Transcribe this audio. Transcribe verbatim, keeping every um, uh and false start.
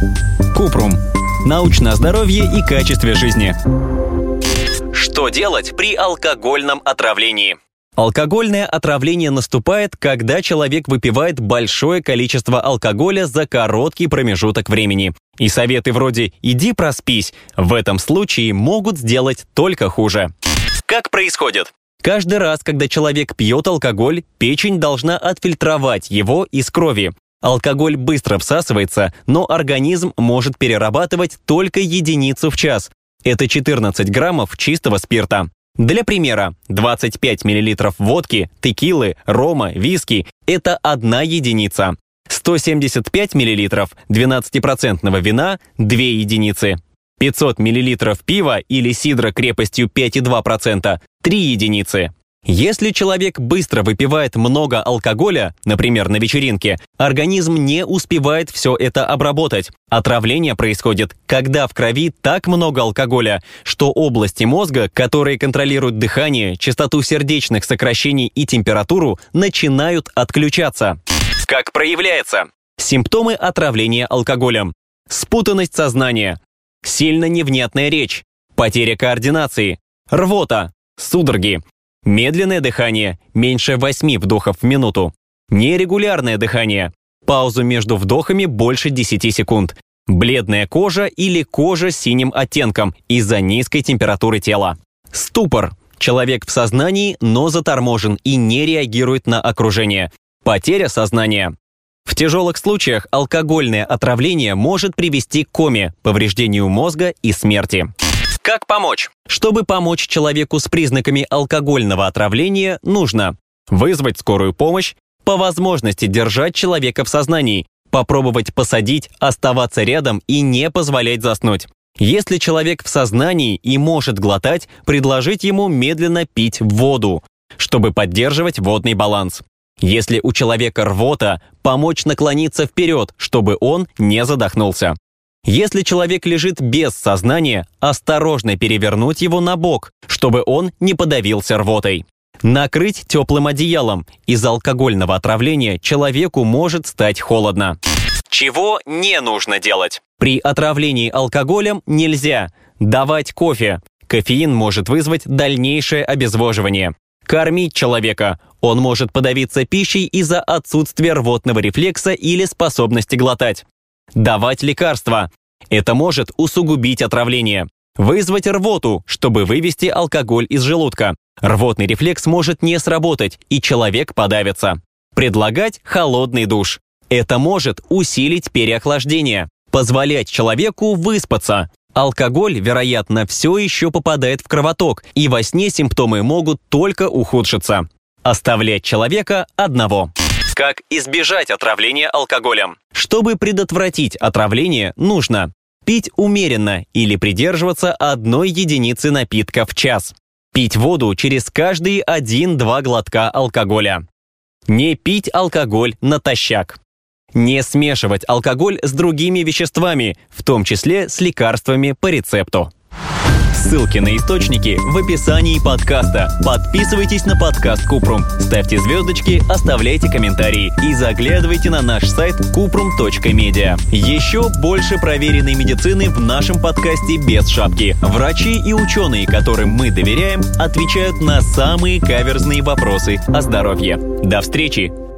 Купрум. Научное здоровье и качестве жизни. Что делать при алкогольном отравлении? Алкогольное отравление наступает, когда человек выпивает большое количество алкоголя за короткий промежуток времени. И советы вроде «иди проспись» в этом случае могут сделать только хуже. Как происходит? Каждый раз, когда человек пьет алкоголь, печень должна отфильтровать его из крови. Алкоголь быстро всасывается, но организм может перерабатывать только единицу в час. Это четырнадцать граммов чистого спирта. Для примера, двадцать пять миллилитров водки, текилы, рома, виски – это одна единица. сто семьдесят пять миллилитров двенадцатипроцентного вина – две единицы. пятьсот миллилитров пива или сидра крепостью пять и два десятых процента – три единицы. Если человек быстро выпивает много алкоголя, например, на вечеринке, организм не успевает все это обработать. Отравление происходит, когда в крови так много алкоголя, что области мозга, которые контролируют дыхание, частоту сердечных сокращений и температуру, начинают отключаться. Как проявляется? Симптомы отравления алкоголем. Спутанность сознания, сильно невнятная речь, потеря координации, рвота, судороги. Медленное дыхание – меньше восьми вдохов в минуту. Нерегулярное дыхание – паузу между вдохами больше десяти секунд. Бледная кожа или кожа с синим оттенком из-за низкой температуры тела. Ступор – человек в сознании, но заторможен и не реагирует на окружение. Потеря сознания. В тяжелых случаях алкогольное отравление может привести к коме, повреждению мозга и смерти. Как помочь? Чтобы помочь человеку с признаками алкогольного отравления, нужно вызвать скорую помощь, по возможности держать человека в сознании, попробовать посадить, оставаться рядом и не позволять заснуть. Если человек в сознании и может глотать, предложить ему медленно пить воду, чтобы поддерживать водный баланс. Если у человека рвота, помочь наклониться вперед, чтобы он не задохнулся. Если человек лежит без сознания, осторожно перевернуть его на бок, чтобы он не подавился рвотой. Накрыть теплым одеялом. Из-за алкогольного отравления человеку может стать холодно. Чего не нужно делать? При отравлении алкоголем нельзя давать кофе. Кофеин может вызвать дальнейшее обезвоживание. Кормить человека. Он может подавиться пищей из-за отсутствия рвотного рефлекса или способности глотать. Давать лекарства. Это может усугубить отравление. Вызвать рвоту, чтобы вывести алкоголь из желудка. Рвотный рефлекс может не сработать, и человек подавится. Предлагать холодный душ. Это может усилить переохлаждение. Позволять человеку выспаться. Алкоголь, вероятно, все еще попадает в кровоток, и во сне симптомы могут только ухудшиться. Оставлять человека одного. Как избежать отравления алкоголем? Чтобы предотвратить отравление, нужно пить умеренно или придерживаться одной единицы напитка в час. Пить воду через каждые один-два глотка алкоголя. Не пить алкоголь натощак. Не смешивать алкоголь с другими веществами, в том числе с лекарствами по рецепту. Ссылки на источники в описании подкаста. Подписывайтесь на подкаст Купрум, ставьте звездочки, оставляйте комментарии и заглядывайте на наш сайт купрум точка медиа. Еще больше проверенной медицины в нашем подкасте без шапки. Врачи и ученые, которым мы доверяем, отвечают на самые каверзные вопросы о здоровье. До встречи!